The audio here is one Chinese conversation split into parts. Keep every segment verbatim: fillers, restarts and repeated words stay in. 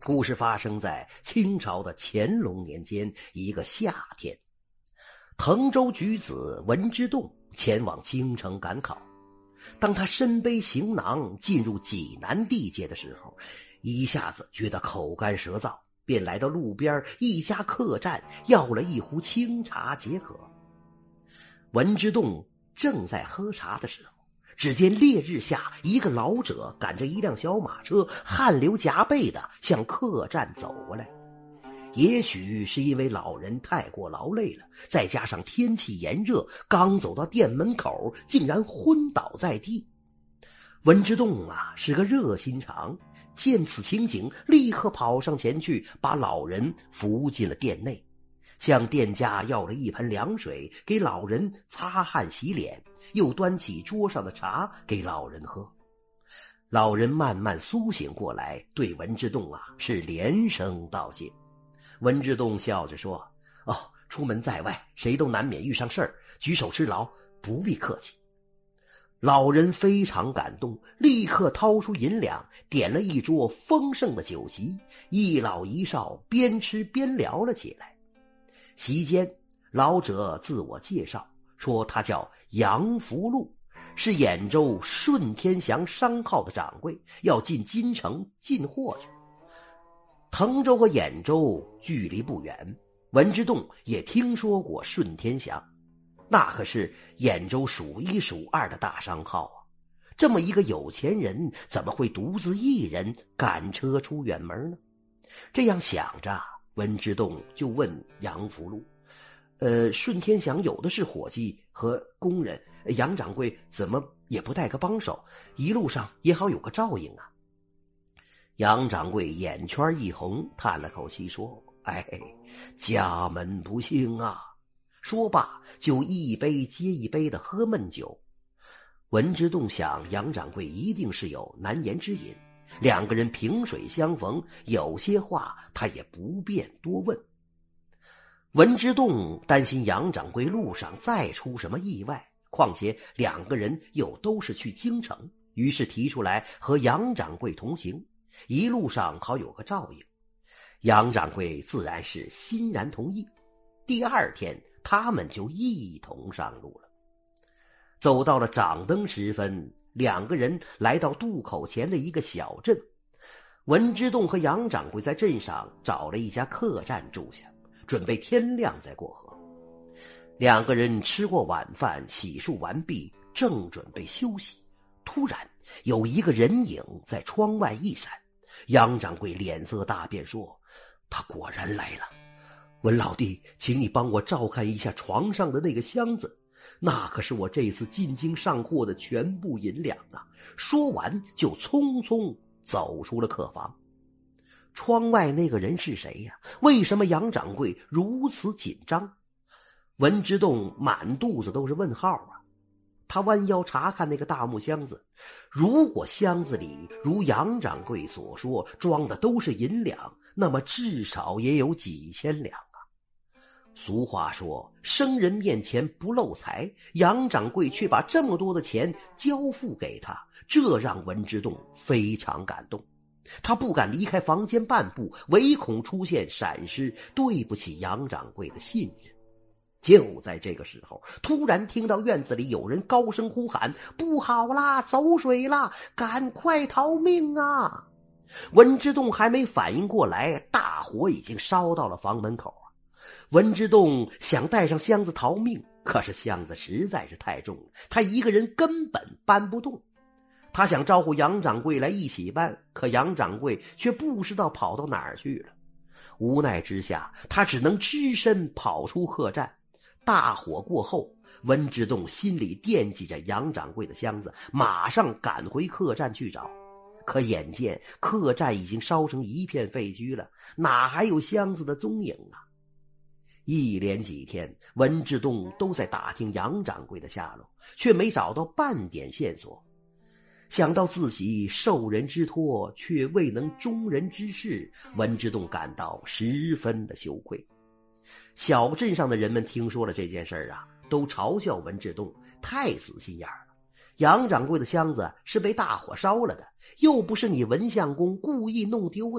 故事发生在清朝的乾隆年间一个夏天，滕州举子文之洞前往京城赶考。当他身背行囊进入济南地界的时候，一下子觉得口干舌燥，便来到路边一家客栈，要了一壶清茶解渴。文之洞正在喝茶的时候，只见烈日下，一个老者赶着一辆小马车，汗流浃背的向客栈走过来。也许是因为老人太过劳累了，再加上天气炎热，刚走到店门口竟然昏倒在地。文之洞啊是个热心肠，见此情景，立刻跑上前去，把老人扶进了店内，向店家要了一盆凉水给老人擦汗洗脸，又端起桌上的茶给老人喝。老人慢慢苏醒过来，对文之洞啊是连声道谢。文之洞笑着说：哦，出门在外，谁都难免遇上事儿，举手之劳，不必客气。老人非常感动，立刻掏出银两，点了一桌丰盛的酒席，一老一少边吃边聊了起来。席间，老者自我介绍说他叫杨福禄，是兖州顺天祥商号的掌柜，要进京城进货去。滕州和兖州距离不远，文之洞也听说过顺天祥，那可是兖州数一数二的大商号啊！这么一个有钱人，怎么会独自一人赶车出远门呢？这样想着，文之洞就问杨福禄：呃，顺天祥有的是伙计和工人，杨掌柜怎么也不带个帮手，一路上也好有个照应啊？杨掌柜眼圈一红，叹了口气说：哎，家门不幸啊。说罢就一杯接一杯的喝闷酒。文之洞想杨掌柜一定是有难言之隐，两个人萍水相逢，有些话他也不便多问。文之洞担心杨掌柜路上再出什么意外，况且两个人又都是去京城，于是提出来和杨掌柜同行，一路上好有个照应。杨掌柜自然是欣然同意。第二天他们就一同上路了。走到了掌灯时分，两个人来到渡口前的一个小镇。文之洞和杨掌柜在镇上找了一家客栈住下，准备天亮再过河。两个人吃过晚饭，洗漱完毕，正准备休息，突然有一个人影在窗外一闪。杨掌柜脸色大变，说：他果然来了。文老弟，请你帮我照看一下床上的那个箱子，那可是我这次进京上货的全部银两啊！说完就匆匆走出了客房。窗外那个人是谁呀？为什么杨掌柜如此紧张？文之洞满肚子都是问号啊！他弯腰查看那个大木箱子，如果箱子里如杨掌柜所说装的都是银两，那么至少也有几千两啊。俗话说生人面前不露财，杨掌柜却把这么多的钱交付给他，这让文之洞非常感动。他不敢离开房间半步，唯恐出现闪失，对不起杨掌柜的信任。就在这个时候，突然听到院子里有人高声呼喊：不好啦，走水啦，赶快逃命啊！文之洞还没反应过来，大火已经烧到了房门口。文之洞想带上箱子逃命，可是箱子实在是太重了，他一个人根本搬不动。他想招呼杨掌柜来一起搬，可杨掌柜却不知道跑到哪儿去了。无奈之下，他只能只身跑出客栈。大火过后，文之洞心里惦记着杨掌柜的箱子，马上赶回客栈去找。可眼见客栈已经烧成一片废墟了，哪还有箱子的踪影啊？一连几天，文之洞都在打听杨掌柜的下落，却没找到半点线索。想到自己受人之托，却未能忠人之事，文之洞感到十分的羞愧。小镇上的人们听说了这件事啊，都嘲笑文之洞太死心眼了。杨掌柜的箱子是被大火烧了的，又不是你文相公故意弄丢的，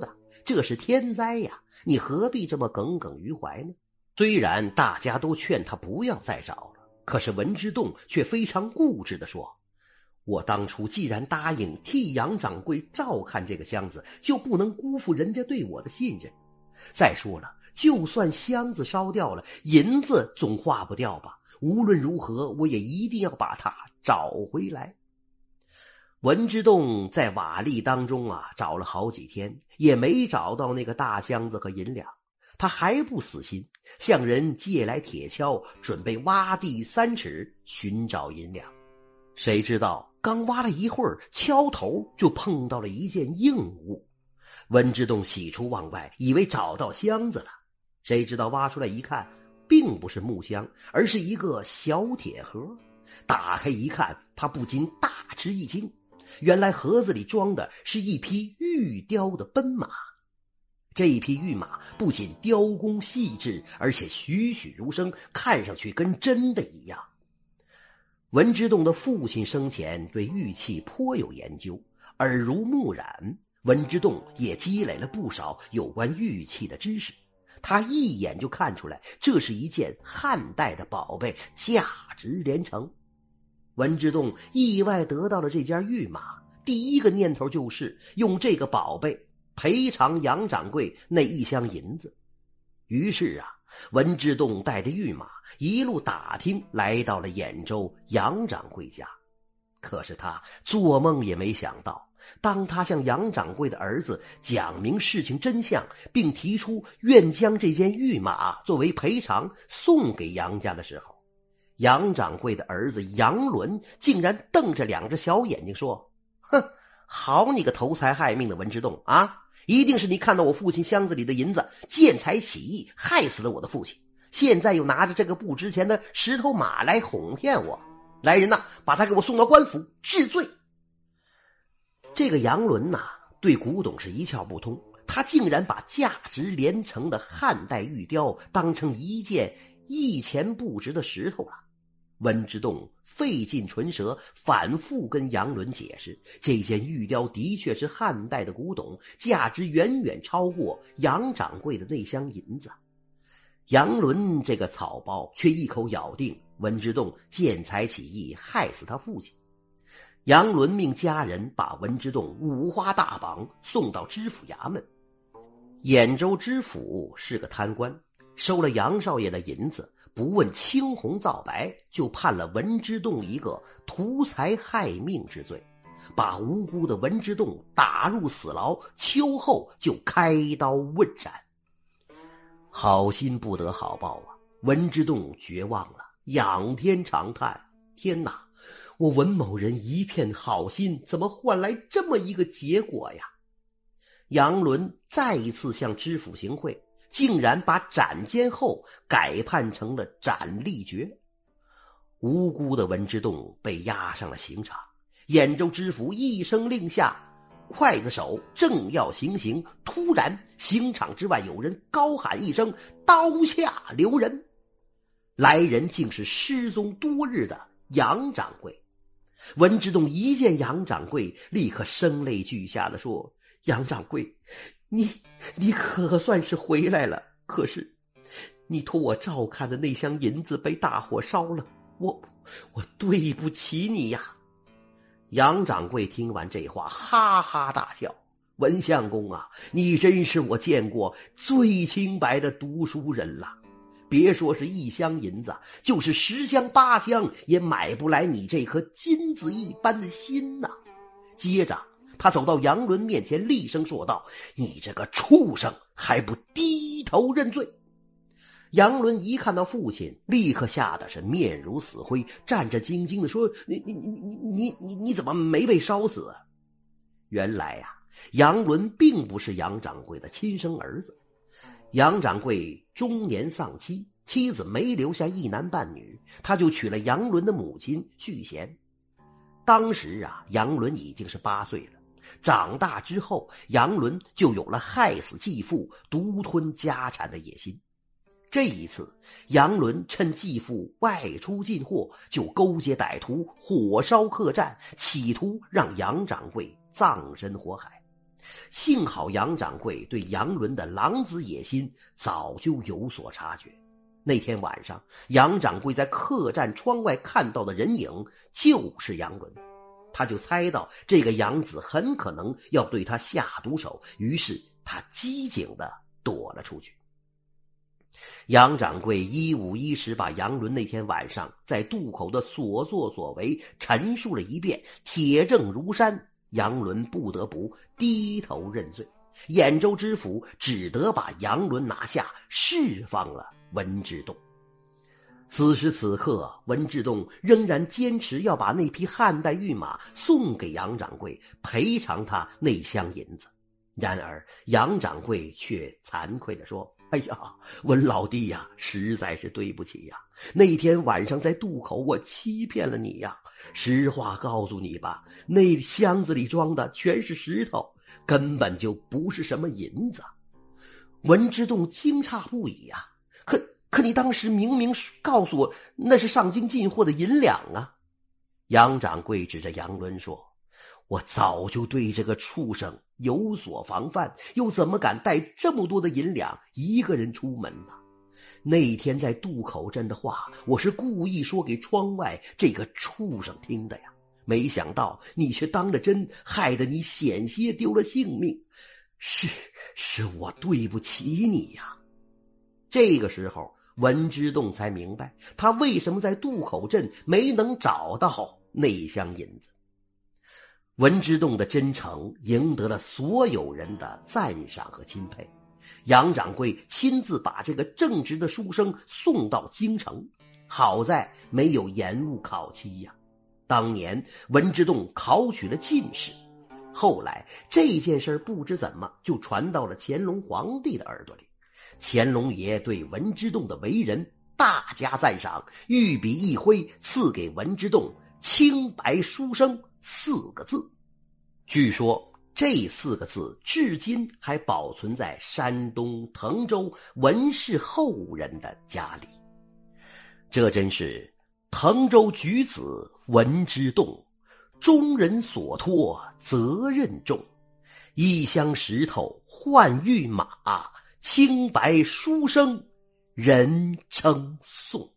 这是天灾呀，你何必这么耿耿于怀呢？虽然大家都劝他不要再找了，可是文之洞却非常固执地说，我当初既然答应替杨掌柜照看这个箱子，就不能辜负人家对我的信任。再说了，就算箱子烧掉了，银子总化不掉吧，无论如何我也一定要把它找回来。文之洞在瓦砾当中啊找了好几天，也没找到那个大箱子和银两。他还不死心，向人借来铁锹，准备挖地三尺寻找银两。谁知道刚挖了一会儿，锹头就碰到了一件硬物。文之洞喜出望外，以为找到箱子了，谁知道挖出来一看，并不是木箱，而是一个小铁盒。打开一看，他不禁大吃一惊，原来盒子里装的是一匹玉雕的奔马。这一匹玉马不仅雕工细致，而且栩栩如生，看上去跟真的一样。文之洞的父亲生前对玉器颇有研究，耳濡目染，文之洞也积累了不少有关玉器的知识。他一眼就看出来，这是一件汉代的宝贝，价值连城。文之洞意外得到了这件玉马，第一个念头就是用这个宝贝赔偿杨掌柜那一箱银子。于是啊，文之洞带着玉马一路打听，来到了兖州杨掌柜家。可是他做梦也没想到，当他向杨掌柜的儿子讲明事情真相，并提出愿将这件玉马作为赔偿送给杨家的时候，杨掌柜的儿子杨伦竟然瞪着两只小眼睛说，哼，好你个投财害命的文之洞啊！一定是你看到我父亲箱子里的银子，见财起意，害死了我的父亲，现在又拿着这个不值钱的石头马来哄骗我。来人呐，把他给我送到官府治罪。这个杨伦呐，对古董是一窍不通，他竟然把价值连城的汉代玉雕当成一件一钱不值的石头了。文之洞费尽唇舌，反复跟杨伦解释，这件玉雕的确是汉代的古董，价值远远超过杨掌柜的那箱银子。杨伦这个草包却一口咬定文之洞见财起意，害死他父亲。杨伦命家人把文之洞五花大绑，送到知府衙门。兖州知府是个贪官，收了杨少爷的银子，不问青红皂白，就判了文之洞一个图财害命之罪，把无辜的文之洞打入死牢，秋后就开刀问斩。好心不得好报啊，文之洞绝望了，仰天长叹，天哪，我文某人一片好心，怎么换来这么一个结果呀？杨伦再一次向知府行贿，竟然把斩监后改判成了斩立决。无辜的文之洞被押上了刑场，兖州知府一声令下，刽子手正要行刑，突然刑场之外有人高喊一声，刀下留人。来人竟是失踪多日的杨掌柜。文之洞一见杨掌柜，立刻声泪俱下地说，杨掌柜，你你可算是回来了，可是你托我照看的那箱银子被大火烧了，我我对不起你呀。杨掌柜听完这话，哈哈大笑，文相公啊，你真是我见过最清白的读书人了，别说是一箱银子，就是十箱八箱也买不来你这颗金子一般的心呐。接着他走到杨伦面前，厉声说道，你这个畜生，还不低头认罪？杨伦一看到父亲，立刻吓得是面如死灰，战战兢兢地说，你你你你你你怎么没被烧死啊？原来呀、啊，杨伦并不是杨掌柜的亲生儿子。杨掌柜中年丧妻，妻子没留下一男半女，他就娶了杨伦的母亲续弦。当时啊，杨伦已经是八岁了。长大之后，杨伦就有了害死继父、独吞家产的野心。这一次，杨伦趁继父外出进货，就勾结歹徒火烧客栈，企图让杨掌柜葬身火海。 幸好杨掌柜对杨伦的狼子野心早就有所察觉。那天晚上，杨掌柜在客栈窗外看到的人影就是杨伦，他就猜到这个杨子很可能要对他下毒手，于是他机警地躲了出去。杨掌柜一五一十把杨伦那天晚上在渡口的所作所为陈述了一遍，铁证如山。杨伦不得不低头认罪，兖州知府只得把杨伦拿下，释放了文之洞。此时此刻，文之洞仍然坚持要把那匹汉代御马送给杨掌柜，赔偿他那箱银子。然而杨掌柜却惭愧地说：哎呀，文老弟呀，实在是对不起呀！那天晚上在渡口，我欺骗了你呀。实话告诉你吧，那箱子里装的全是石头，根本就不是什么银子。文之洞惊诧不已呀，可可你当时明明告诉我那是上京进货的银两啊！杨掌柜指着杨伦说：我早就对这个畜生有所防范，又怎么敢带这么多的银两一个人出门呢？那天在渡口镇的话，我是故意说给窗外这个畜生听的呀，没想到你却当了真，害得你险些丢了性命。是是我对不起你呀。这个时候文之洞才明白他为什么在渡口镇没能找到那箱银子。文之洞的真诚赢得了所有人的赞赏和钦佩。杨掌柜亲自把这个正直的书生送到京城，好在没有延误考期呀。当年文之洞考取了进士，后来这件事不知怎么就传到了乾隆皇帝的耳朵里。乾隆爷对文之洞的为人大加赞赏，御笔一挥，赐给文之洞清白书生四个字。据说这四个字至今还保存在山东滕州文氏后人的家里。这真是滕州举子文之洞，忠人所托责任重，一箱石头换御马，清白书生人称颂。